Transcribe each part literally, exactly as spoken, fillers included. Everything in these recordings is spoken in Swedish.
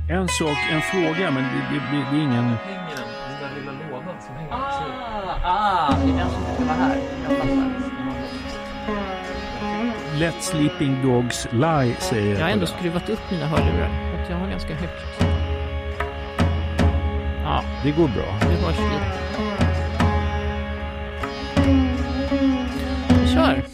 En sak, en fråga, men det, det, det, det är ingen... Hänger den, den där lilla lådan som hänger. Ah, ah, det är den som ska vara här. Jag fattar. Let sleeping dogs lie, säger jag. Jag har ändå skruvat upp mina hörlurar. Att jag har ganska högt. Ja, Det går bra. det hörs lite. Vi kör.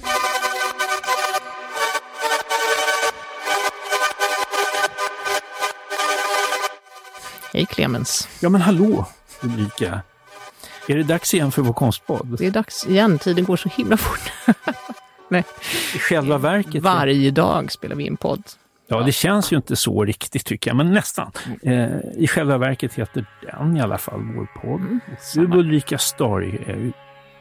Hej Clemens. Ja, men hallå, Ulrika. Är det dags igen för vår konstpodd? Det är dags igen. Tiden går så himla fort. Nej. I själva verket... Varje dag spelar vi in podd. Ja, det känns ju inte så riktigt tycker jag, men nästan. Eh, I själva verket heter den i alla fall vår podd. Mm, Du, Ulrika Starry, är ju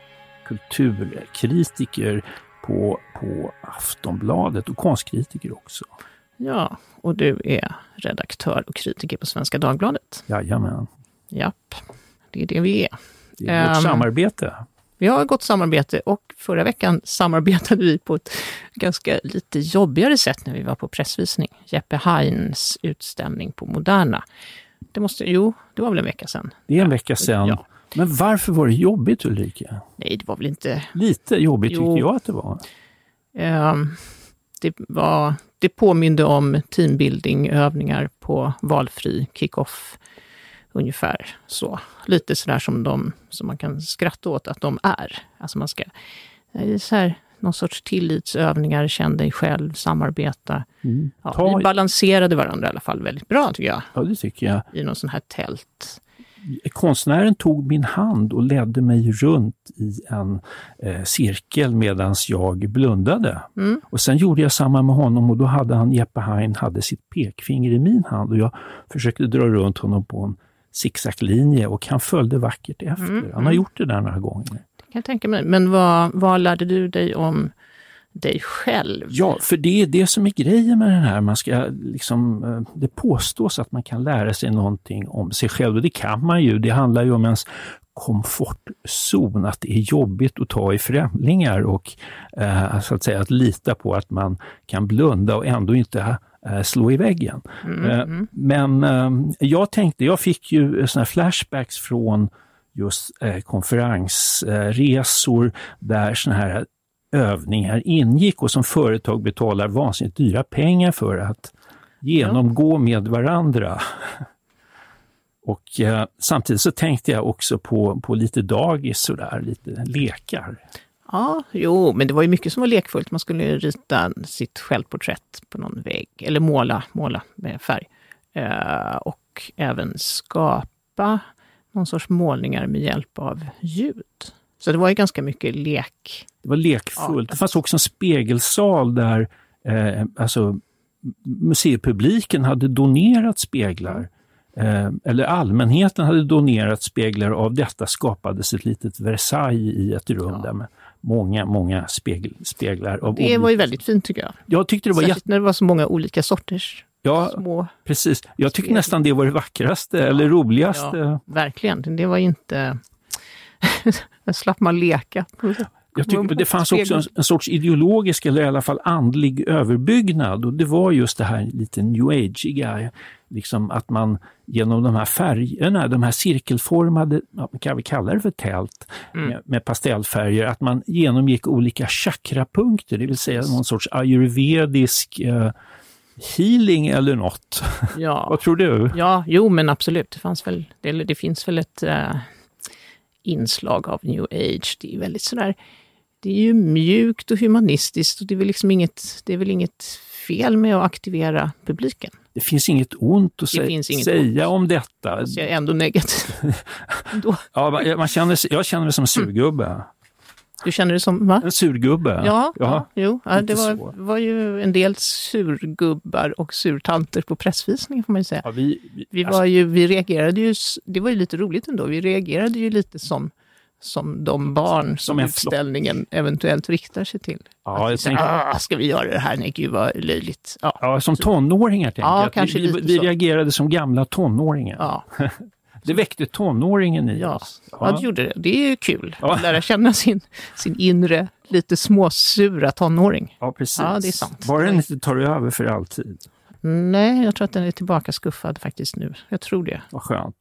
kulturkritiker på, på Aftonbladet och konstkritiker också. Ja, och du är redaktör och kritiker på Svenska Dagbladet. Jajamän. Japp, det är det vi är. Det är vårt Um, samarbete. Vi har ett gott samarbete och förra veckan samarbetade vi på ett ganska lite jobbigare sätt när vi var på pressvisning. Jeppe Hains utställning på Moderna. Det måste, jo, det var väl en vecka sedan. Det är en vecka sedan. Ja. Men varför var det jobbigt, Ulrika? Nej, det var väl inte... Lite jobbigt Jo. tyckte jag att det var. Um, det, var det påminde om teambuilding-övningar på valfri kick-off. Ungefär så. Lite sådär som de som man kan skratta åt att de är. Alltså man ska, det är så här, någon sorts tillitsövningar, känn dig själv, samarbeta. Mm. Ja, Ta- Vi balanserade varandra i alla fall väldigt bra tycker jag. Ja, det tycker jag. I någon sån här tält. Konstnären tog min hand och ledde mig runt i en eh, cirkel medan jag blundade. Mm. Och sen gjorde jag samma med honom och då hade han, Jeppe Hein, hade sitt pekfinger i min hand och jag försökte dra runt honom på en zigzaglinje och han följde vackert efter. Mm. Han har gjort det där några gånger. Det kan jag tänka mig. Men vad, vad lärde du dig om dig själv? Ja, för det är det som är grejen med den här. Man ska liksom, det påstås att man kan lära sig någonting om sig själv och det kan man ju. Det handlar ju om ens komfortzon, att det är jobbigt att ta i främlingar och eh, så att säga att lita på att man kan blunda och ändå inte eh, slå i väggen. Mm, Eh, mm. men eh, jag tänkte, jag fick ju såna här flashbacks från just eh, konferensresor eh, där såna här övningar ingick och som företag betalar vansinnigt dyra pengar för att genomgå med varandra. Och eh, samtidigt så tänkte jag också på, på lite dagis sådär, lite lekar. Ja, jo, men det var ju mycket som var lekfullt. Man skulle rita sitt självporträtt på någon vägg, eller måla, måla med färg. Eh, och även skapa någon sorts målningar med hjälp av ljud. Så det var ju ganska mycket lek. Det var lekfullt. Ja. Det fanns också en spegelsal där eh, alltså, museipubliken hade donerat speglar. Eh, eller allmänheten hade donerat speglar och av detta skapades ett litet Versailles i ett rum Ja. där med många, många spegel, speglar. Av Det olika... var ju väldigt fint tycker jag. Jag tyckte det var Särskilt jätte... när det var så många olika sorters Ja, små... precis. Jag tyckte spegel. nästan det var det vackraste eller roligaste. Ja, verkligen. Det var inte... Där slapp man leka. Jag tycker det fanns också en, en sorts ideologisk eller i alla fall andlig överbyggnad och det var just det här lite new age-iga, liksom att man genom de här färgerna, de här cirkelformade, ja, kan vi kalla det för tält, Mm. med, med pastellfärger, att man genomgick olika chakrapunkter, det vill säga någon sorts ayurvedisk eh, healing eller något. Ja. Vad tror du? Ja, jo men absolut. Det, fanns väl, det, det finns väl ett äh, inslag av new age. Det är väldigt sådär, det är ju mjukt och humanistiskt och det är väl liksom inget, det är väl inget fel med att aktivera publiken. Det finns inget ont att Det sä- finns inget säga om detta. Så jag är ändå negativ. Då. Ja, man, man känner, jag känner mig som en surgubbe. Du känner det som, va? En surgubbe. Ja, ja, ja. jo. Ja, det lite var, så. var ju en del surgubbar och surtanter på pressvisningen får man ju säga. Ja, vi, vi, Vi, alltså, var ju, vi reagerade ju, det var ju lite roligt ändå, vi reagerade ju lite som, som de barn som, Som en utställningen eventuellt riktar sig till. Ja, Att vi jag säger, tänkte- ah, ska vi göra det här? Nej, gud vad löjligt. Ja, ja, som tonåringar tänkte Ja, jag. Att kanske vi, vi, lite vi så. reagerade som gamla tonåringar. ja, Det väckte tonåringen i ja. oss. ja, det gjorde det. Det är ju kul Ja. att lära känna sin, sin inre, lite småsura tonåring. Ja, precis. Ja, det är sant. Bara den inte tar över för alltid. Nej, jag tror att den är tillbaka skuffad faktiskt nu. Jag tror det. Vad skönt.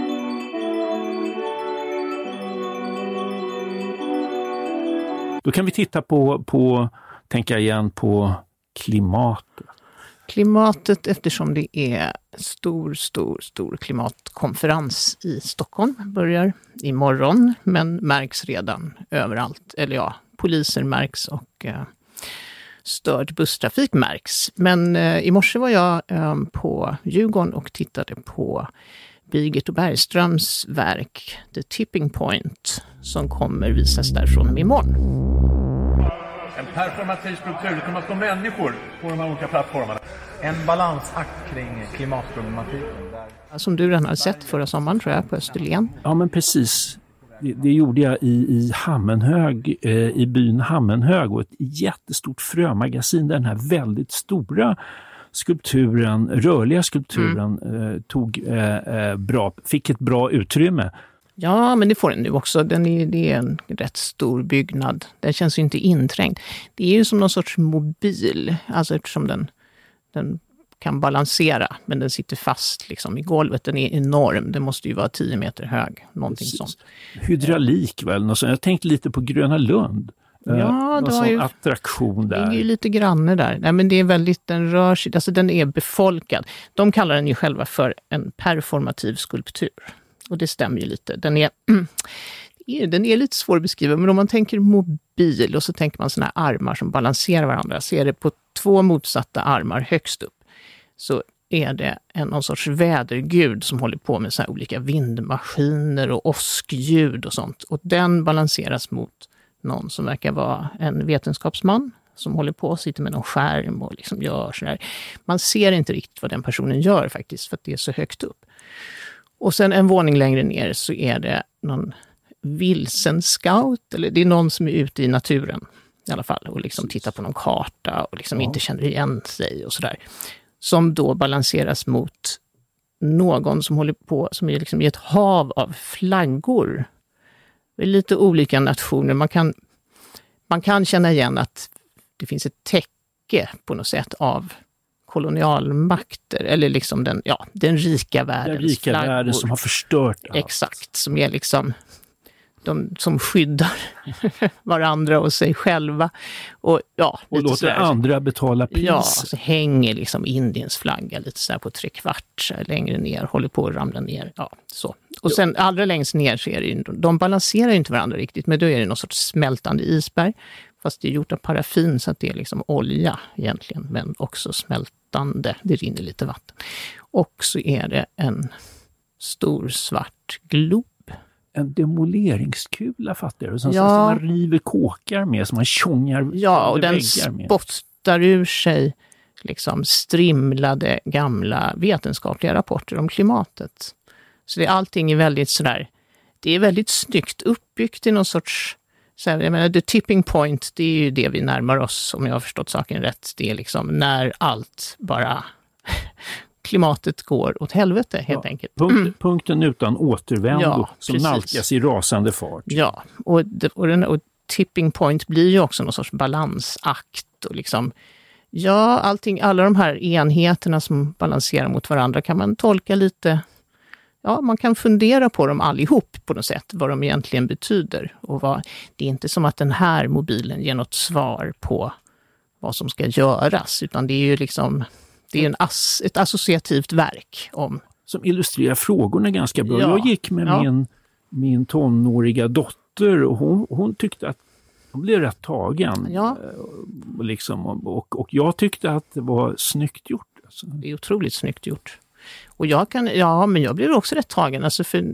Då kan vi titta på, på tänka igen på klimatet. Klimatet, eftersom det är stor, stor, stor klimatkonferens i Stockholm. Börjar imorgon, men märks redan överallt. Eller ja, poliser märks och eh, störd busstrafik märks. Men eh, i morse var jag eh, på Djurgården och tittade på Birgit Bergströms verk The Tipping Point som kommer visas därifrån imorgon. En performativ struktur, det kommer att stå människor på de här olika plattformarna. En balansakt kring klimatproblematiken. Där... Som du redan har sett förra sommaren tror jag på Österlen. Ja men precis. Det, det gjorde jag i, i Hammenhög, eh, i byn Hammenhög och ett jättestort frömagasin där den här väldigt stora skulpturen, rörliga skulpturen mm. eh, tog eh, eh, bra, fick ett bra utrymme. Ja, men det får den nu också. Den är, det är en rätt stor byggnad. Den känns ju inte inträngd. Det är ju som någon sorts mobil, alltså eftersom den, den kan balansera, men den sitter fast liksom i golvet. Den är enorm, den måste ju vara tio meter hög, någonting Precis. sånt. Hydraulik väl? Något sånt. Jag tänkte lite på Gröna Lund. Ja, det var ju attraktion där. Det är ju lite granne där. Nej, men det är väldigt, den rör sig, alltså den är befolkad. De kallar den ju själva för en performativ skulptur. Och det stämmer ju lite. Den är, den är lite svår att beskriva, men om man tänker mobil och så tänker man såna här armar som balanserar varandra, så är det på två motsatta armar högst upp. Så är det en någon sorts vädergud som håller på med så här olika vindmaskiner och åskljud och sånt. Och den balanseras mot någon som verkar vara en vetenskapsman som håller på och sitter med någon skärm och liksom gör sådär. Man ser inte riktigt vad den personen gör faktiskt, för att det är så högt upp. Och sen en våning längre ner så är det någon vilsen scout, eller det är någon som är ute i naturen i alla fall och liksom tittar på någon karta och liksom ja. inte känner igen sig och sådär. Som då balanseras mot någon som håller på, som är liksom i ett hav av flaggor. Det är lite olika nationer. Man kan, man kan känna igen att det finns ett täcke på något sätt av kolonialmakter, eller liksom den, ja, den rika världens Den rika flaggor. världen som har förstört allt. Exakt, som är liksom de som skyddar varandra och sig själva. Och, ja, och låter sådär. andra betala pris. Ja, så hänger liksom Indiens flagga lite så här på tre kvart längre ner, håller på att ramla ner. Ja, så. Och sen allra längst ner så är det ju, de balanserar ju inte varandra riktigt, men då är det någon sorts smältande isberg. Fast det är gjort av paraffin så att det är liksom olja egentligen, men också smältande. Det rinner lite vatten. Och så är det en stor svart glob. En demoleringskula fattar jag. Som, ja. som man river kåkar med, som man tjongar ja, och den spottar ur sig liksom strimlade gamla vetenskapliga rapporter om klimatet. Så det, allting är väldigt sådär, det är väldigt snyggt uppbyggt i någon sorts, så här, jag menar, the tipping point, det är ju det vi närmar oss, om jag har förstått saken rätt. Det är liksom när allt bara klimatet går åt helvete helt ja, enkelt. Punkt, mm. Punkten utan återvändo ja, som precis. nalkas i rasande fart. Ja, och, och, den, och tipping point blir ju också någon sorts balansakt och liksom, ja, allting, alla de här enheterna som balanserar mot varandra kan man tolka lite, ja, man kan fundera på dem allihop på något sätt, vad de egentligen betyder. Och vad, det är inte som att den här mobilen ger något svar på vad som ska göras, utan det är ju liksom, det är en as, ett associativt verk om... Som illustrerar frågorna ganska bra. Ja, jag gick med ja. min, min tonåriga dotter och hon, hon tyckte att hon blev rätt tagen. Ja. Och, liksom, och, och jag tyckte att det var snyggt gjort. Alltså. Det är otroligt snyggt gjort. Och jag kan, ja, men jag blev också rätt tagen. Alltså för,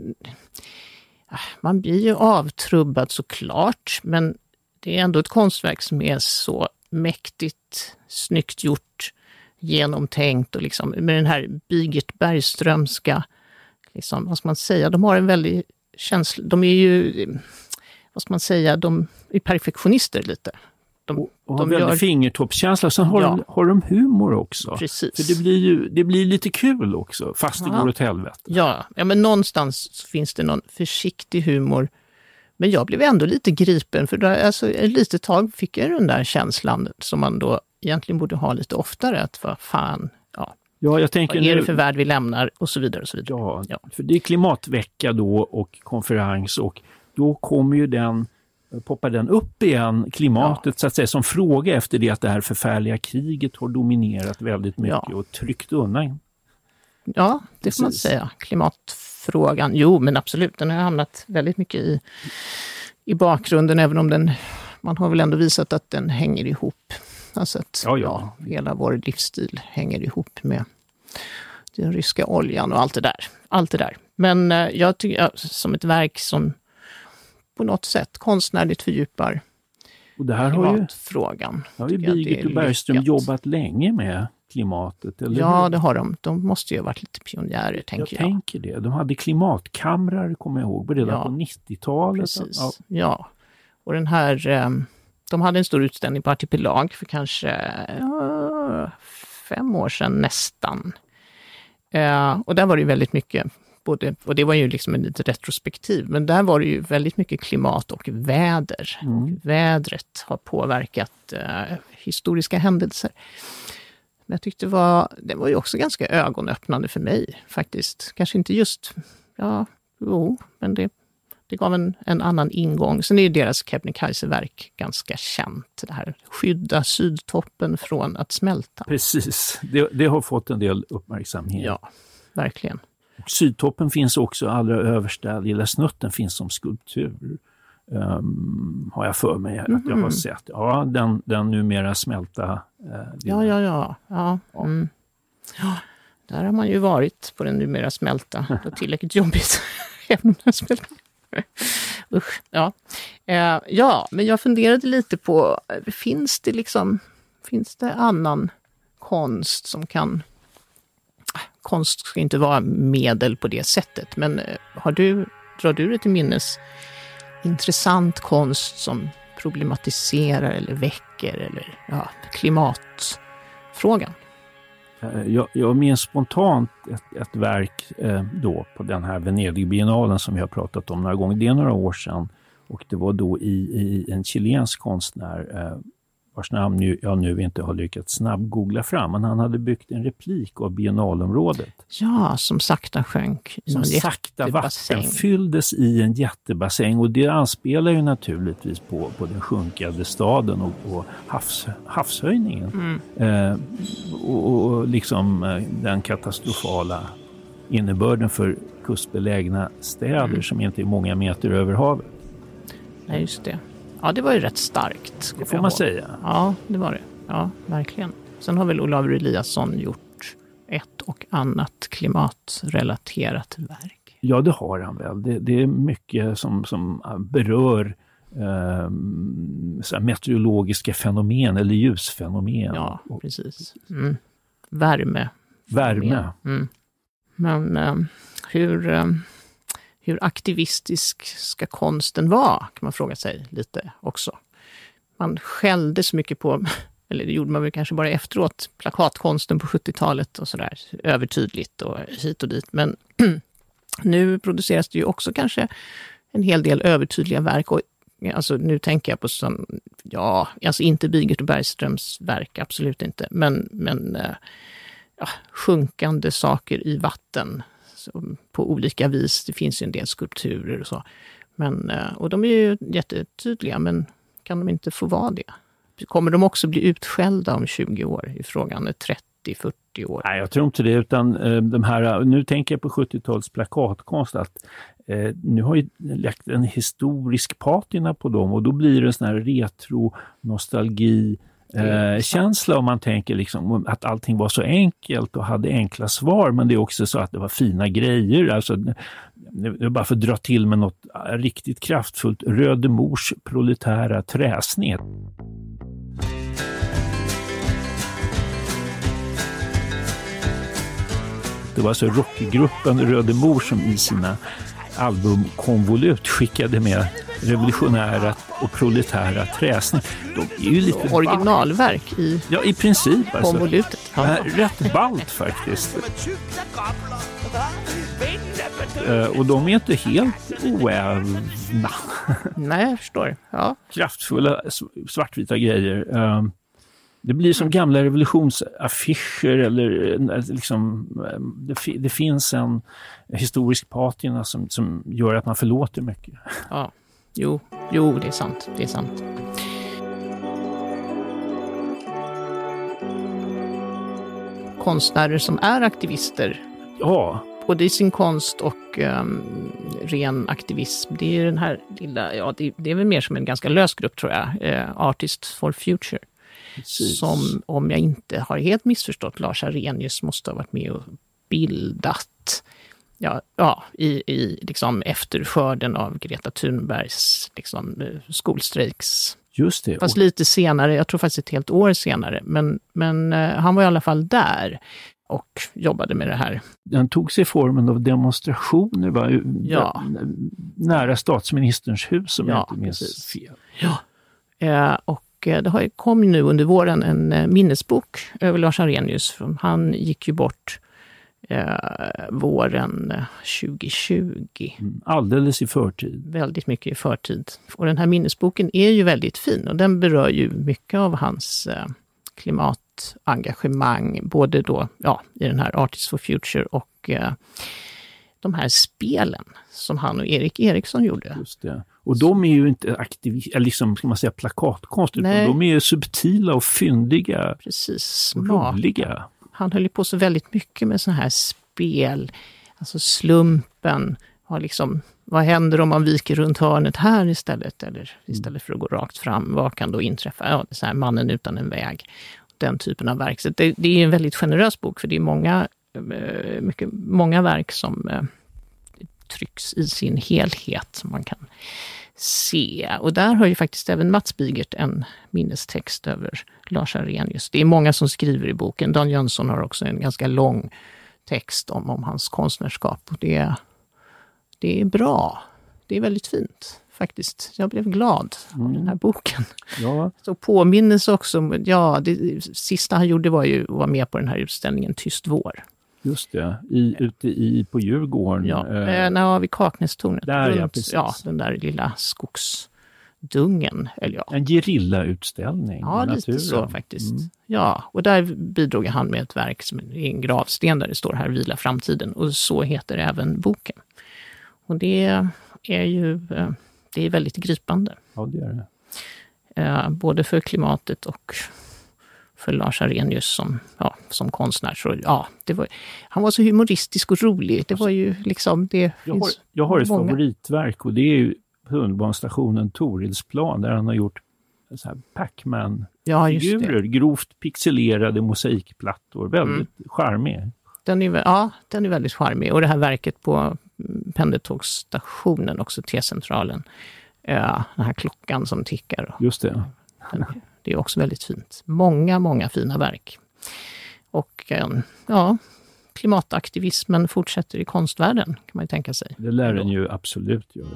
man blir ju avtrubbad såklart, men det är ändå ett konstverk som är så mäktigt, snyggt gjort, genomtänkt och liksom med den här Birgit Bergströmska, liksom, vad ska man säga, de har en väldigt känsla, de är ju, vad ska man säga, de är perfektionister lite. De, och har de väldigt gör... fingertoppskänsla, sen har, ja. de, har de humor också. Precis. För det blir ju det blir lite kul också, fast det ja. går åt helvete. Ja, ja, men någonstans finns det någon försiktig humor. Men jag blev ändå lite gripen, för då, alltså, ett litet tag fick jag den där känslan som man då egentligen borde ha lite oftare, att vad fan, ja. Ja, jag tänker vad är det nu, för värld vi lämnar och så vidare och så vidare. Ja, ja. för det är klimatvecka då och konferens och då kommer ju den, poppar den upp igen, klimatet ja. så att säga, som fråga efter det att det här förfärliga kriget har dominerat väldigt mycket ja. och tryckt undan. Ja, det Precis. får man säga. Klimatfrågan, jo men absolut, den har hamnat väldigt mycket i, i bakgrunden, även om den, man har väl ändå visat att den hänger ihop. Alltså att ja, ja. Ja, hela vår livsstil hänger ihop med den ryska oljan och allt det där. Allt det där. Men eh, jag tycker ja, som ett verk som på något sätt konstnärligt fördjupar och det här klimatfrågan. Har ju, har ju Birgit och Bergström lyckat. jobbat länge med klimatet, eller Ja, hur? det har de. De måste ju ha varit lite pionjärer, tänker jag. Jag tänker det. De hade klimatkamrar, kommer jag ihåg, redan ja, på nittiotalet. Precis. Ja. ja. Och den här, de hade en stor utställning på Artipelag för kanske uh, fem år sedan nästan. Uh, och där var det ju väldigt mycket, både, och det var ju liksom en lite retrospektiv, men där var det ju väldigt mycket klimat och väder. Mm. Och vädret har påverkat uh, historiska händelser. Men jag tyckte det var, det var ju också ganska ögonöppnande för mig faktiskt. Kanske inte just, ja, jo, men det, det gav en, en annan ingång. Sen är ju deras Kebnekaise-verk ganska känt. Det här skydda sydtoppen från att smälta. Precis, det, det har fått en del uppmärksamhet. Ja, verkligen. Och sydtoppen finns också, allra översta lilla snutten finns som skulptur. Um, har jag för mig mm-hmm. att jag har sett. Ja, den, den numera smälta. Uh, ja, ja, ja. ja. Mm. ja. Där har man ju varit på den numera smälta. Det var tillräckligt jobbigt. Även om den smälta. Usch, ja. Uh, ja, men jag funderade lite på, finns det liksom, finns det annan konst som kan, konst ska inte vara medel på det sättet, men har du, drar du det till minnes intressant konst som problematiserar eller väcker eller ja, klimatfrågan? Jag, jag minns spontant ett, ett verk eh, då på den här Venedig-biennalen som vi har pratat om några gånger. Det är några år sedan och det var då i, i en chilensk konstnär eh, vars namn jag nu inte har lyckats snabbgoogla fram, men han hade byggt en replik av biennalområdet. Ja, som sakta sjönk. Som sakta vatten fylldes i en jättebassäng och det anspelar ju naturligtvis på, på den sjunkande staden och på havs, havshöjningen. Mm. Eh, och, och liksom eh, den katastrofala innebörden för kustbelägna städer mm. som inte är många meter över havet. Nej, just det. Ja, det var ju rätt starkt. Det får man säga. Ja, det var det. Ja, verkligen. Sen har väl Olaus Eliasson gjort ett och annat klimatrelaterat verk. Ja, det har han väl. Det, det är mycket som, som berör eh, så här meteorologiska fenomen eller ljusfenomen. Ja, precis. Mm. Värme. Värme. Mm. Men eh, hur... Eh, Hur aktivistisk ska konsten vara, kan man fråga sig lite också. Man skällde så mycket på, eller det gjorde man väl kanske bara efteråt, plakatkonsten på sjuttiotalet och sådär, övertydligt och hit och dit. Men nu produceras det ju också kanske en hel del övertydliga verk. Och, alltså nu tänker jag på sån, ja, alltså inte Birgit och Bergströms verk, absolut inte. Men, men ja, sjunkande saker i vatten på olika vis. Det finns ju en del skulpturer och så. Men, och de är ju jättetydliga, men kan de inte få vara det? Kommer de också bli utskällda om tjugo år i frågan, trettio fyrtio år? Nej, jag tror inte det, utan de här, nu tänker jag på sjuttio-tals plakatkonst, att eh, nu har ju lagt en historisk patina på dem och då blir det en sån här retro, nostalgi, Eh, känsla om man tänker liksom att allting var så enkelt och hade enkla svar, men det är också så att det var fina grejer. Alltså, det är bara för att dra till med något riktigt kraftfullt. Röde Mors proletära träsnet. Det var alltså rockgruppen Röde Mor som i sina album Konvolut skickade med revolutionära och proletära träsning. De är ju lite originalverk ball. i Ja, i princip alltså. Konvolutet. Ja. Rätt ballt faktiskt. Och de är inte helt oävna. Nej, jag förstår. Ja. Kraftfulla svartvita grejer. Det blir som gamla revolutionsaffischer eller liksom, det, det finns en historisk patina som, som gör att man förlåter mycket. Ja, jo, jo, det är sant, det är sant. Konstnärer som är aktivister, ja, både i sin konst och um, ren aktivism, det är den här lilla, ja det, det är väl mer som en ganska lös grupp tror jag, uh, Artists for Future. Precis. Som, om jag inte har helt missförstått, Lars Arrhenius måste ha varit med och bildat ja, ja, i, i liksom efterskörden av Greta Thunbergs liksom, skolstrejks. Just det. Fast lite senare, jag tror faktiskt ett helt år senare, men, men uh, han var i alla fall där och jobbade med det här. Den tog sig formen av demonstrationer va? Ja. Nära statsministerns hus som ja, jag inte minns precis. fel. Ja, uh, och det har kom nu under våren en minnesbok över Lars Arrhenius. Han gick ju bort eh, våren tjugohundratjugo. Mm, alldeles i förtid. Väldigt mycket i förtid. Och den här minnesboken är ju väldigt fin och den berör ju mycket av hans eh, klimatengagemang. Både då ja, i den här Artists for Future och eh, de här spelen som han och Erik Eriksson gjorde. Just det. Och de är ju inte aktivister, liksom ska man säga plakatkonst, utan Nej. de är ju subtila och fyndiga. Precis, smart. Roliga. Han höll ju på så väldigt mycket med såna här spel, alltså slumpen, har liksom, vad händer om man viker runt hörnet här istället, eller istället för att gå rakt fram, vad kan då inträffa? Ja, det är så här mannen utan en väg, den typen av verk. Så det, det är en väldigt generös bok, för det är många, mycket, många verk som trycks i sin helhet som man kan se. Och där har ju faktiskt även Mats Bigert en minnestext över Lars Arrhenius. Det är många som skriver i boken. Dan Jönsson har också en ganska lång text om, om hans konstnärskap. Och det, det är bra. Det är väldigt fint faktiskt. Jag blev glad av mm. den här boken. Ja. Så påminnelse också. Ja, det sista han gjorde var ju att vara med på den här utställningen Tyst vår. Just det, I, ute i, på Djurgården. Ja, eh, nej, vid Kaknästornet. Där, runt, ja, precis. Ja, den där lilla skogsdungen. Eller ja. En gerillautställning. Ja, lite naturen. Så faktiskt. Mm. Ja, och där bidrog han med ett verk som är en gravsten där det står här Vila framtiden. Och så heter även boken. Och det är ju det är väldigt gripande. Ja, det är det. Eh, både för klimatet och för Lars Arrhenius som, ja, som konstnär. Så, ja, det var, han var så humoristisk och rolig. Det var ju liksom... Det jag, har, finns jag har ett många. favoritverk och det är ju hundbanestationen Torilsplan där han har gjort så här Pac-Man-figurer, ja, grovt pixelerade mosaikplattor. Väldigt mm. charmig. Den är, ja, den är väldigt charmig. Och det här verket på pendeltågsstationen, också T-centralen. Ja, den här klockan som tickar. Just det. Den, det är också väldigt fint. Många, många fina verk. Och ja, klimataktivismen fortsätter i konstvärlden, kan man ju tänka sig. Det lär den ju absolut göra.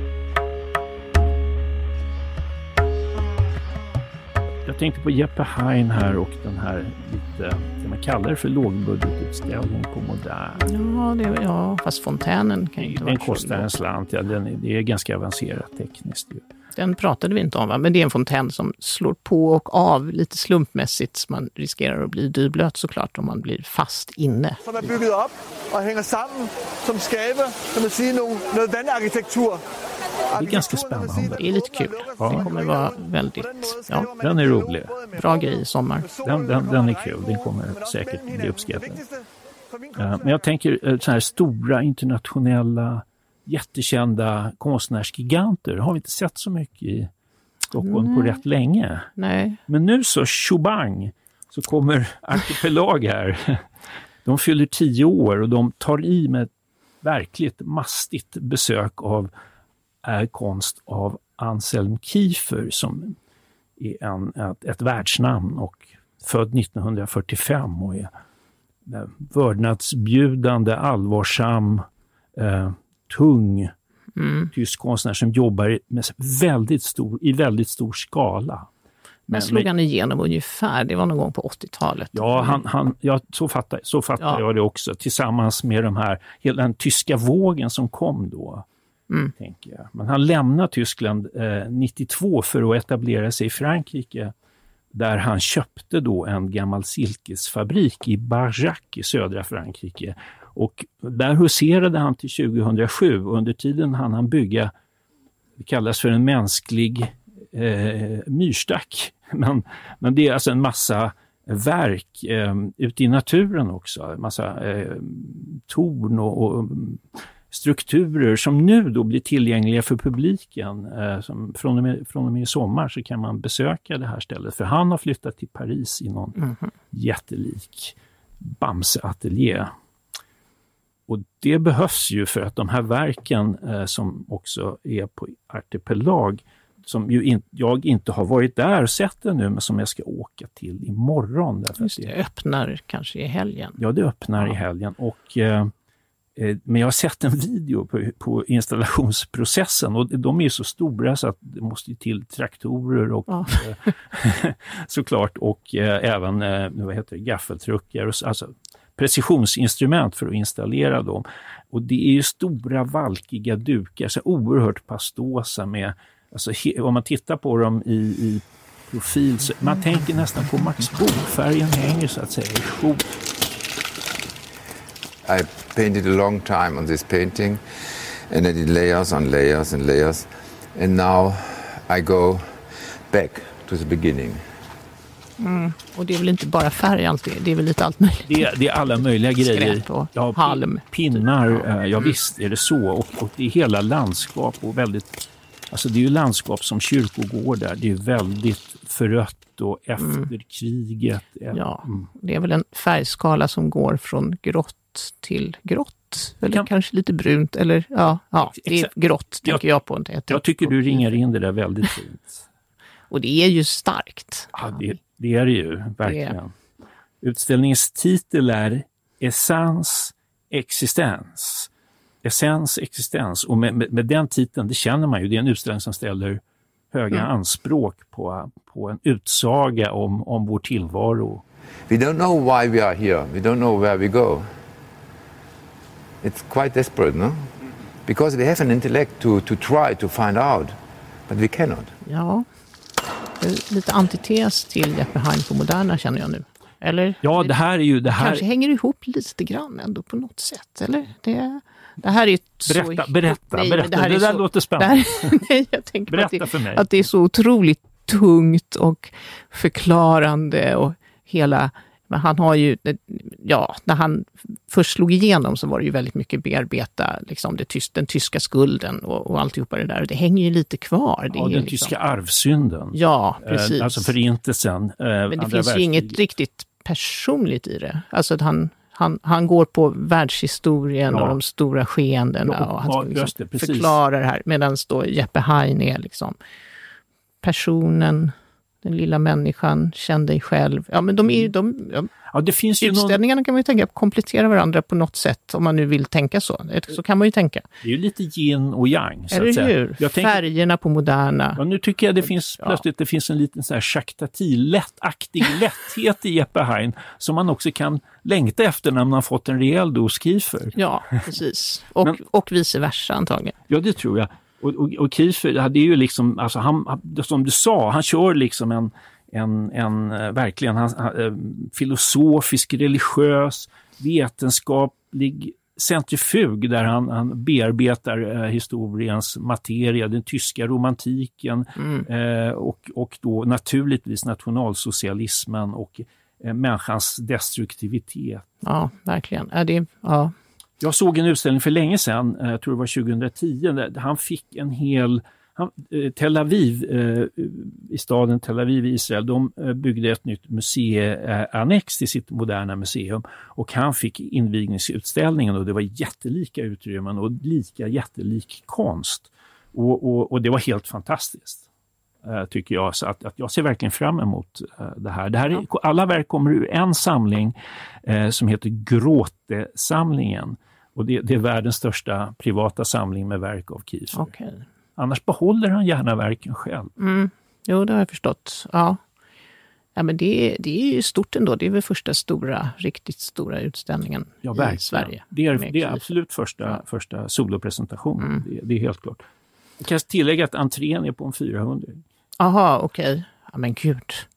Jag tänkte på Jeppe Hein här och den här lite, kan man kalla det för lågbudgetutställning på Modern. Ja, det, ja fast fontänen kan ju inte den vara kostar en slant, ja, den är, det är ganska avancerat tekniskt ju. Den pratade vi inte om, va? Men det är en fontän som slår på och av lite slumpmässigt, så man riskerar att bli dyblöt såklart om man blir fast inne. Som är byggt upp och hänger samman, som skapar, kan man säga, någon vänarkitektur. Det är ganska spännande. Det är lite kul. Ja. Det kommer vara väldigt... Ja. Den är rolig. Bra grej i sommar. Den, den, den är kul. Den kommer säkert bli uppskattad. Men jag tänker så här stora internationella jättekända konstnärsgiganter har vi inte sett så mycket i Stockholm Nej. på rätt länge. Nej. Men nu så tjobang så kommer Arkipelag här. De fyller tio år och de tar i med ett verkligt mastigt besök av är konst av Anselm Kiefer som är en, ett, ett världsnamn och född nittonhundrafyrtiofem och är vördnadsbjudande, allvarsam, eh, tung mm. tysk konstnär som jobbar med väldigt stor, i väldigt stor skala. Men slog han igenom ungefär? Det var någon gång på åttiotalet. Ja, han, han, ja så fattar, så fattar ja. jag det också. Tillsammans med de här, hela den tyska vågen som kom då. Mm. Tänker jag. Men han lämnar Tyskland eh, nittiotvå för att etablera sig i Frankrike där han köpte då en gammal silkesfabrik i Barjac i södra Frankrike. Och där huserade han till tjugohundrasju och under tiden hann han bygga, det kallas för en mänsklig eh, myrstack. Men, men det är alltså en massa verk eh, ute i naturen också, en massa eh, torn och, och strukturer som nu då blir tillgängliga för publiken. Eh, som från, och med, från och med i sommar så kan man besöka det här stället, för han har flyttat till Paris i någon mm-hmm. jättelik Bamse-ateljé. Och det behövs ju för att de här verken eh, som också är på Artipelag, som ju in, jag inte har varit där och sett det nu, men som jag ska åka till imorgon. Just det, det öppnar kanske i helgen. Ja, det öppnar ja. i helgen. Och, eh, men jag har sett en video på, på installationsprocessen och de är så stora så att det måste till traktorer och ja. eh, såklart och eh, även eh, vad heter det, gaffeltruckar och alltså precisionsinstrument för att installera dem. Och det är ju stora valkiga dukar, så oerhört pastosa med, alltså he, om man tittar på dem i, i profil så man tänker nästan på Max Bo, färgen hänger så att säga i skog. I painted a long time on this painting and I did layers on layers and layers and now I go back to the beginning. Mm. Och det är väl inte bara färg alltid, det är väl lite allt möjligt. Det är, det är alla möjliga grejer. Skräp och ja, halm. Pinnar, ja, ja visst är det så. Och, och det är hela landskap och väldigt, alltså det är ju landskap som kyrkogårdar. Det är väldigt förött och efter mm. kriget. Ja, mm. det är väl en färgskala som går från grått till grått. Eller kan... kanske lite brunt. Eller ja, ja det är grått tänker jag, jag på. Jag, jag tycker du ringar in det där väldigt fint. Och det är ju starkt. Ja, det, det är det ju, verkligen. Det. Utställningens titel är Essence Existens. Essence Existens. Och med, med, med den titeln, det känner man ju, det är en utställning som ställer höga mm. anspråk på, på en utsaga om, om vår tillvaro. We don't know why we are here. We don't know where we go. It's quite desperate, no? Because we have an intellect to, to try to find out, but we cannot. Ja. Lite antites till Jeppe Hein på Moderna känner jag nu. Eller? Ja, det här är ju... Det här... kanske hänger ihop lite grann ändå på något sätt, eller? Det, det här är ett berätta, så... berätta, nej, berätta. Det, här det där så... låter spännande. Det här... nej, jag tänker berätta att det, för mig. Att det är så otroligt tungt och förklarande och hela... Men han har ju, ja, när han först slog igenom så var det ju väldigt mycket bearbeta liksom det tyst, den tyska skulden och, och alltihopa det där. Det hänger ju lite kvar. Det ja, är den liksom... tyska arvsynden. Ja, precis. Eh, alltså förintelsen. Eh, Men det finns ju inget riktigt personligt i det. Alltså att han, han, han går på världshistorien ja. och de stora skeendena ja, och han ska liksom ja, det, förklara det här. Medan då Jeppe Hein är liksom personen, den lilla människan, känn dig själv. Ja, men de är ju de... Ja, ja, det finns ju utställningarna någon... kan man ju tänka komplettera varandra på något sätt, om man nu vill tänka så. Så kan man ju tänka. Det är ju lite yin och yang, så är att säga. Hur? Jag tänker... Färgerna på Moderna. Ja, nu tycker jag det finns ja. plötsligt det finns en liten så här Shaktati-lättaktig lätthet i Jeppe Hein som man också kan längta efter när man har fått en rejäl dos Kiefer. Ja, precis. Och, men... och vice versa antagligen. Ja, det tror jag. Och, och, och Kiefer, det är ju liksom, alltså han, som du sa, han kör liksom en En, en verkligen han, han, filosofisk, religiös, vetenskaplig centrifug där han, han bearbetar eh, historiens materia, den tyska romantiken mm. eh, och, och då naturligtvis nationalsocialismen och eh, människans destruktivitet. Ja, verkligen. Ja, det, ja. Jag såg en utställning för länge sedan, eh, jag tror det var tjugohundratio, där han fick en hel Han, Tel Aviv, eh, i staden Tel Aviv i Israel, de eh, byggde ett nytt museiannex till sitt moderna museum och han fick invigningsutställningen och det var jättelika utrymmen och lika jättelik konst. Och, och, och det var helt fantastiskt, eh, tycker jag. Så att, att jag ser verkligen fram emot eh, det här. Det här är, alla verk kommer ur en samling eh, som heter Gråte-samlingen. Och det, det är världens största privata samling med verk av Kiefer. Okej. Annars behåller han gärna verken själv. Mm. Jo, det har jag förstått. Ja, ja men det, det är ju stort ändå. Det är väl första stora, riktigt stora utställningen ja, i Sverige. Det är, det är absolut första, ja. första solopresentationen. Mm. Det, det är helt klart. Jag kan tillägga att entrén är på en fyrahundra. Aha, okej. Okay. Ja, men gud.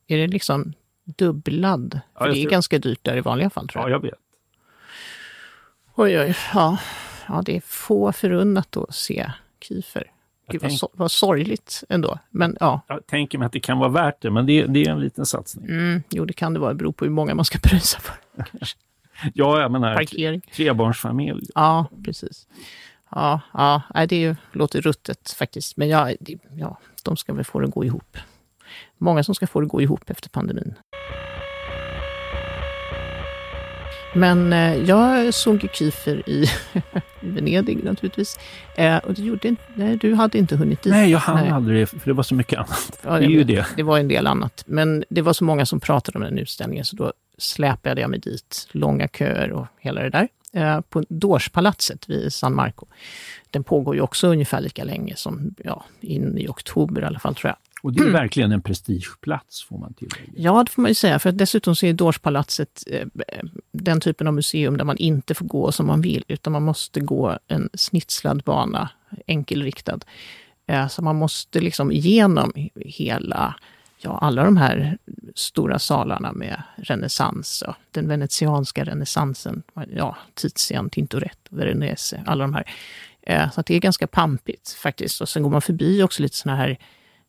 är det liksom dubblad? Ja, För det är tror... ganska dyrt där i vanliga fall, tror jag. Ja, jag vet. Oj, oj, ja. Ja, det är få förunnat att se Kiefer. Gud, tänk... vad, so- vad sorgligt ändå. Men ja. Jag tänker mig att det kan vara värt det, men det, det är en liten satsning. Mm, jo, det kan det vara. Det beror på hur många man ska pröjsa för. Ja, jag menar parkering. Trebarnsfamilj. Ja, precis. Ja, ja, det är ju, låter ruttet faktiskt. Men ja, det, ja, de ska väl få det gå ihop. Många som ska få det gå ihop efter pandemin. Men eh, jag såg ju Kiefer i Venedig naturligtvis. Eh, och det gjorde inte, nej, du hade inte hunnit dit. Nej, jag hann aldrig, för det var så mycket annat. Ja, det, det är ju det. Det var en del annat. Men det var så många som pratade om den utställningen, så då släpade jag mig dit. Långa köer och hela det där. Eh, på Dorspalatset vid San Marco. Den pågår ju också ungefär lika länge som ja, in i oktober i alla fall, tror jag. Och det är mm. verkligen en prestigeplats, får man tillägga. Ja, det får man ju säga. För dessutom så är Dorspalatset eh, den typen av museum där man inte får gå som man vill, utan man måste gå en snitslad bana, enkelriktad. Eh, så man måste liksom igenom hela, ja, alla de här stora salarna med renässans, ja, den venetianska renässansen, ja, Tizian, Tintoretto, Veronese, alla de här. Eh, så att det är ganska pampigt faktiskt. Och sen går man förbi också lite såna här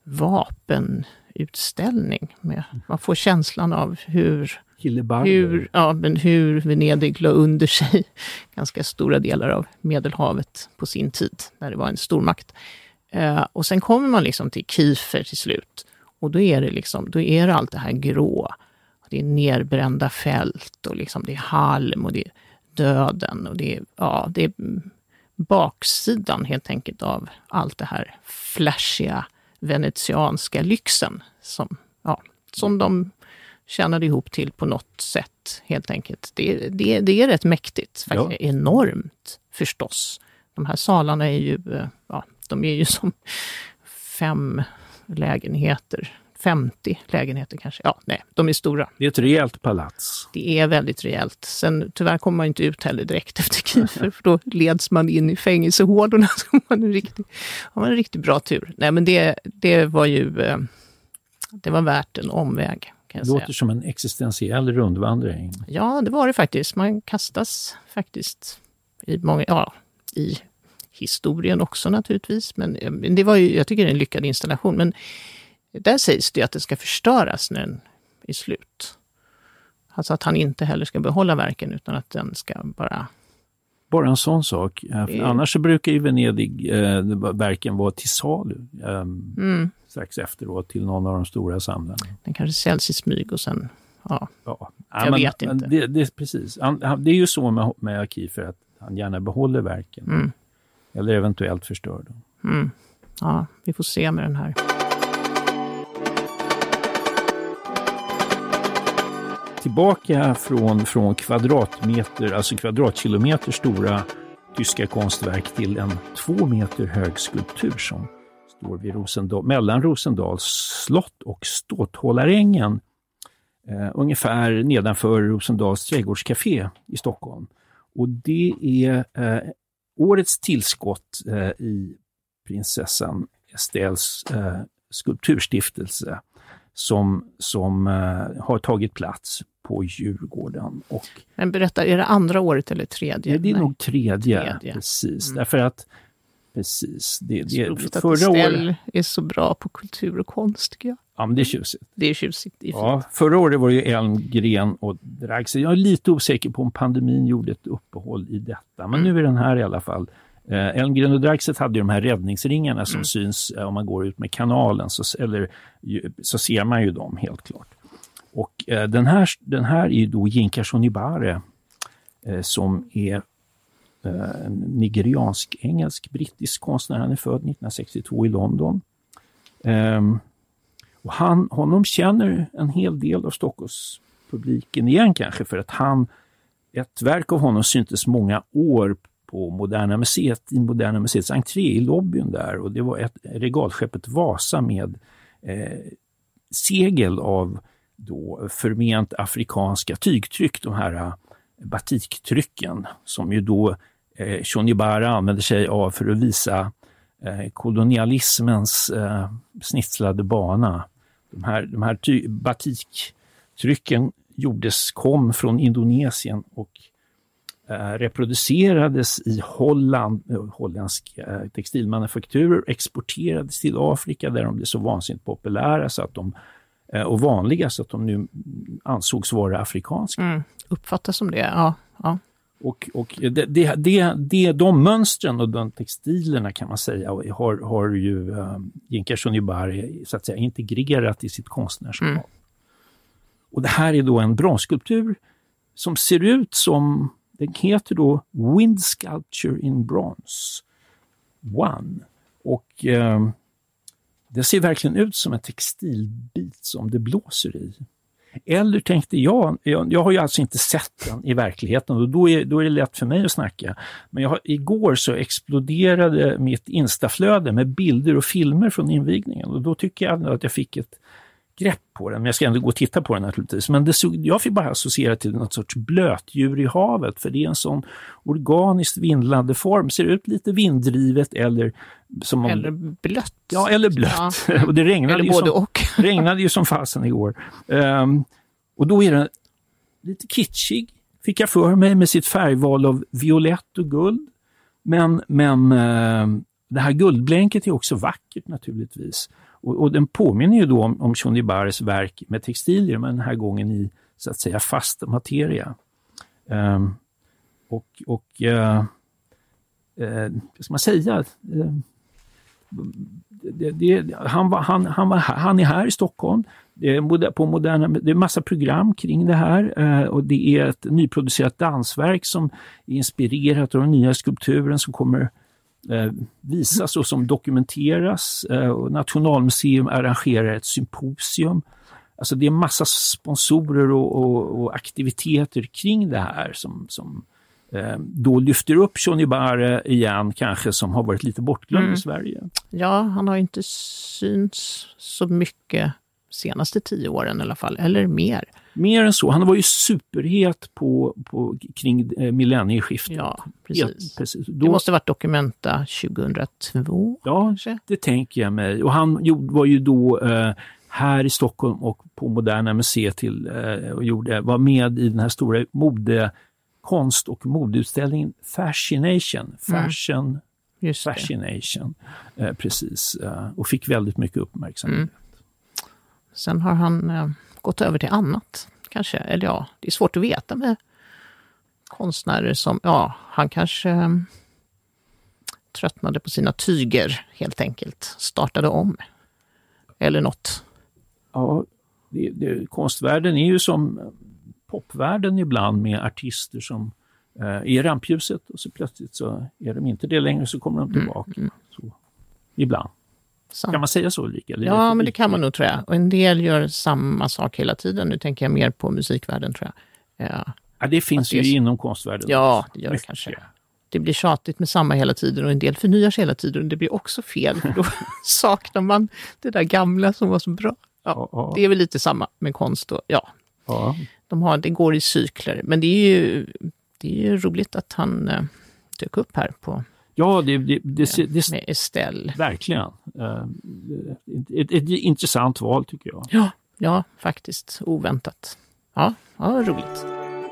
vapenutställning. Med, man får känslan av hur, hur, ja, men hur Venedig la under sig ganska stora delar av Medelhavet på sin tid, när det var en stormakt. Eh, och sen kommer man liksom till Kiefer till slut. Och då är det liksom, då är det allt det här grå. Det är nerbrända fält och liksom det är halm och det är döden och det är, ja, det är baksidan helt enkelt av allt det här flashiga venetianska lyxen som, ja, som de tjänade ihop till på något sätt helt enkelt. Det, det, det är rätt mäktigt, faktiskt. Ja. Enormt förstås. De här salarna är ju, ja, de är ju som fem lägenheter, femtio lägenheter kanske. Ja, nej, de är stora. Det är ett rejält palats. Det är väldigt rejält. Sen tyvärr kommer man inte ut heller direkt efter Kiefer, för då leds man in i fängelsehålorna. Så man en riktigt, har man en riktigt bra tur. Nej, men det, det var ju, det var värt en omväg. Kan jag det låter säga. som en existentiell rundvandring. Ja, det var det faktiskt. Man kastas faktiskt i många, ja, i historien också naturligtvis. Men det var ju, jag tycker det är en lyckad installation. Men där sägs det att det ska förstöras när den är slut. Alltså att han inte heller ska behålla verken, utan att den ska bara... Bara en sån sak. Det... Annars så brukar ju Venedig eh, verken vara till salu. Eh, mm. Strax efteråt till någon av de stora samlarna. Den kanske säljs i smyg och sen... Ja, ja. jag ja, men, vet inte. Det, det, precis. Han, han, det är ju så med, med Kiefer att han gärna behåller verken. Mm. Eller eventuellt förstör dem. Mm. Ja, vi får se med den här. Tillbaka från, från kvadratmeter, alltså kvadratkilometer stora tyska konstverk till en två meter hög skulptur som står vid Rosendal, mellan Rosendals slott och Ståthållarängen, eh, ungefär nedanför Rosendals trädgårdscafé i Stockholm. Och det är eh, årets tillskott eh, i prinsessan Estelles eh, skulpturstiftelse som, som eh, har tagit plats på Djurgården. Och, men berätta, är det andra året eller tredje? Ja, det är Nej. nog tredje, tredje. Precis. Mm. Därför att precis, det, det, det förra året är så bra på kultur och konst, tycker jag. Ja, men det är tjusigt. Det är tjusigt. Det är ja, förra året var det ju Elmgren och Draxel. Jag är lite osäker på om pandemin gjorde ett uppehåll i detta. Men mm. nu är den här i alla fall. Eh, Elmgren och Draxel hade ju de här räddningsringarna som mm. syns eh, om man går ut med kanalen. Så, eller, så ser man ju dem helt klart. Och eh, den, här, den här är ju då Yinka Shonibare eh, som är eh, en nigeriansk-engelsk brittisk konstnär. Han är född nittonhundrasextiotvå i London. Eh, och han, honom känner en hel del av Stockholmspubliken igen kanske, för att han, ett verk av honom syntes många år på Moderna Museet, i Moderna Museets entré i lobbyn där, och det var ett regalskeppet Vasa med eh, segel av då förment afrikanska tygtryck, de här batiktrycken som ju då eh, Shonibare använder sig av för att visa eh, kolonialismens eh, snitslade bana de här, de här ty- batiktrycken gjordes, kom från Indonesien och eh, reproducerades i Holland, eh, holländska eh, textilmanufakturer, exporterades till Afrika där de blev så vansinnigt populära så att de, eh, och vanliga så att de nu ansågs vara afrikanska. Mm, uppfattas som det, ja. ja. Och, och det, det, det, det, de mönstren och de textilerna kan man säga har, har ju uh, Yinka Shonibare så att säga integrerat i sitt konstnärskap. Mm. Och det här är då en bronsskulptur som ser ut som, den heter då Wind Sculpture in Bronze One. Och uh, det ser verkligen ut som en textilbit som det blåser i. Eller tänkte jag, jag, jag har ju alltså inte sett den i verkligheten och då är, då är det lätt för mig att snacka. Men jag har, igår så exploderade mitt instaflöde med bilder och filmer från invigningen och då tycker jag att jag fick ett grepp på den. Men jag ska ändå gå och titta på den naturligtvis. Men det såg, jag fick bara associera till något sorts blötdjur i havet för det är en sån organiskt vindlande form. Ser ut lite vinddrivet eller som om, eller blött. Ja, eller blött. Ja. Och det regnade, eller ju både som, och. regnade ju som fasen igår. Um, och då är den lite kitschig, fick jag för mig med sitt färgval av violett och guld. Men, men uh, det här guldblänket är också vackert naturligtvis. Och, och den påminner ju då om, om Shonibares verk med textilier, men den här gången i så att säga fast materia. Um, och och uh, uh, vad ska man säga? Uh, det, det, han, var, han, han, var, han är här i Stockholm. Det är, på moderna, det är massa program kring det här uh, och det är ett nyproducerat dansverk som är inspirerat av den nya skulpturen som kommer Eh, visas och som dokumenteras eh, och Nationalmuseum arrangerar ett symposium. Alltså det är massa sponsorer och, och, och aktiviteter kring det här som, som eh, då lyfter upp Shonibare igen kanske som har varit lite bortglömd mm. i Sverige. Ja, han har inte synts så mycket senaste tio åren i alla fall, eller mer. Mer än så. Han var ju superhet på, på, kring eh, millennieskiftet. Ja, precis. Helt, precis. Då, det måste ha varit Documenta tjugohundratvå. Ja, kanske. Det tänker jag mig. Och han gjorde, var ju då eh, här i Stockholm och på Moderna Museet till, eh, och gjorde, var med i den här stora mode, konst- och modeutställningen Fascination. Fashion, mm. Fascination. Eh, precis. Eh, och fick väldigt mycket uppmärksamhet. Mm. Sen har han eh, gått över till annat, kanske. Eller ja, det är svårt att veta med konstnärer som, ja, han kanske eh, tröttnade på sina tyger helt enkelt. Startade om. Eller något. Ja, det, det, konstvärlden är ju som popvärlden ibland med artister som eh, är i rampljuset och så plötsligt så är de inte det längre så kommer de tillbaka. Mm, mm. Så, ibland. Sant. Kan man säga så lika? Eller ja, men det kan man nog tror jag. Och en del gör samma sak hela tiden. Nu tänker jag mer på musikvärlden tror jag. Ja, ja det finns det ju är... inom konstvärlden. Ja, det gör det kanske. Det blir tjatigt med samma hela tiden och en del förnyar sig hela tiden och det blir också fel. För då saknar man det där gamla som var så bra. Ja, ja, ja. Det är väl lite samma med konst då. Ja, ja. De har, det går i cykler. Men det är ju, det är ju roligt att han äh, dök upp här på... Ja, det, det, det, ja, det, med Estelle. Verkligen. Uh, ett, ett, ett intressant val tycker jag. Ja, ja faktiskt. Oväntat. Ja, ja, roligt.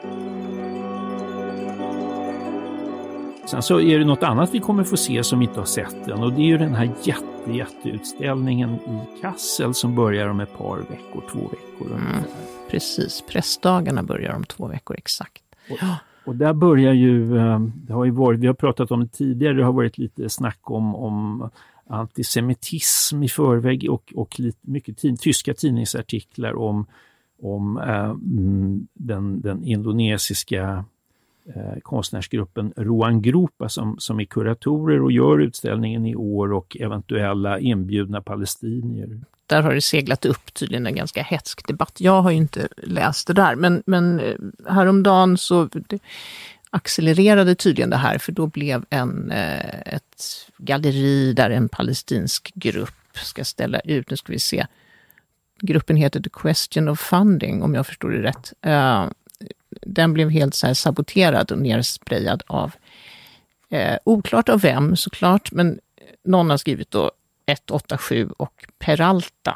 Sen så är det något annat vi kommer få se som vi inte har sett än. Och det är ju den här jätte, jätteutställningen i Kassel som börjar om ett par veckor, två veckor. Mm, precis, pressdagarna börjar om två veckor exakt. Och, ja. Och där börjar ju, det har ju varit, vi har pratat om det tidigare, det har varit lite snack om, om antisemitism i förväg och, och lite, mycket tid, tyska tidningsartiklar om, om äh, den, den indonesiska äh, konstnärsgruppen Ruang Grupa som, som är kuratorer och gör utställningen i år och eventuella inbjudna palestinier. Där har det seglat upp tydligen en ganska hetsk debatt. Jag har ju inte läst det där, men, men häromdagen så det accelererade tydligen det här, för då blev en, ett galleri där en palestinsk grupp ska ställa ut, nu ska vi se, gruppen heter The Question of Funding, om jag förstår det rätt. Den blev helt så här saboterad och nersprayad av, eh, oklart av vem såklart, men någon har skrivit då ett åtta sju och Peralta.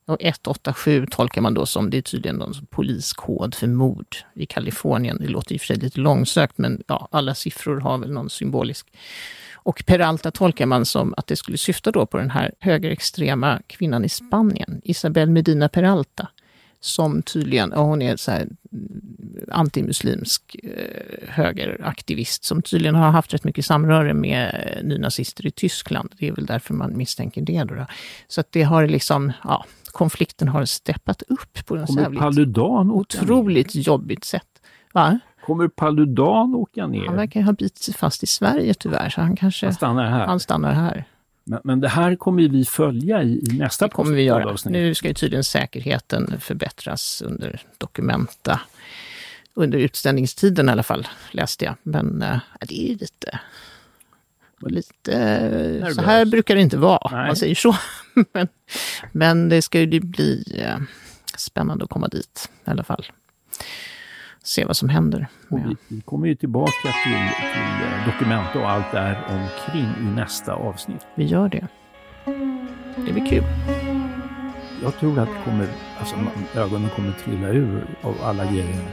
Och ett åtta sju tolkar man då som, det är tydligen någon poliskod för mord i Kalifornien. Det låter i och för sig lite långsökt, men ja, alla siffror har väl någon symbolisk. Och Peralta tolkar man som att det skulle syfta då på den här högerextrema kvinnan i Spanien, Isabel Medina Peralta, som tydligen, ja, hon är så här antimuslimsk eh, högeraktivist som tydligen har haft rätt mycket samröre med nynazister i Tyskland. Det är väl därför man misstänker det då. då. Så att det har liksom, ja, konflikten har steppat upp på en Kommer Paludan otroligt jobbigt sätt. Va? Kommer Paludan åka ner? Han verkar ha bitit sig fast i Sverige tyvärr, så han kanske han stannar här. Han stannar här. Men, men det här kommer vi följa i, i nästa det kommer vi göra. Nu ska ju tydligen säkerheten förbättras under Documenta. Under utställningstiden i alla fall, läste jag. Men äh, det är ju lite... lite nervös. Så här brukar det inte vara, Nej. man säger så. men, men det ska ju bli äh, spännande att komma dit i alla fall. Se vad som händer. Vi, vi kommer ju tillbaka till, till Documenta och allt där omkring i nästa avsnitt. Vi gör det. Det blir kul. Jag tror att det kommer, alltså, ögonen kommer trilla ur av alla grejer.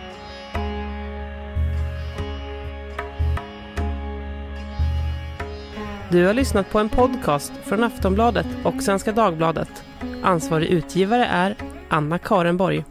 Du har lyssnat på en podcast från Aftonbladet och Svenska Dagbladet. Ansvarig utgivare är Anna Karenborg.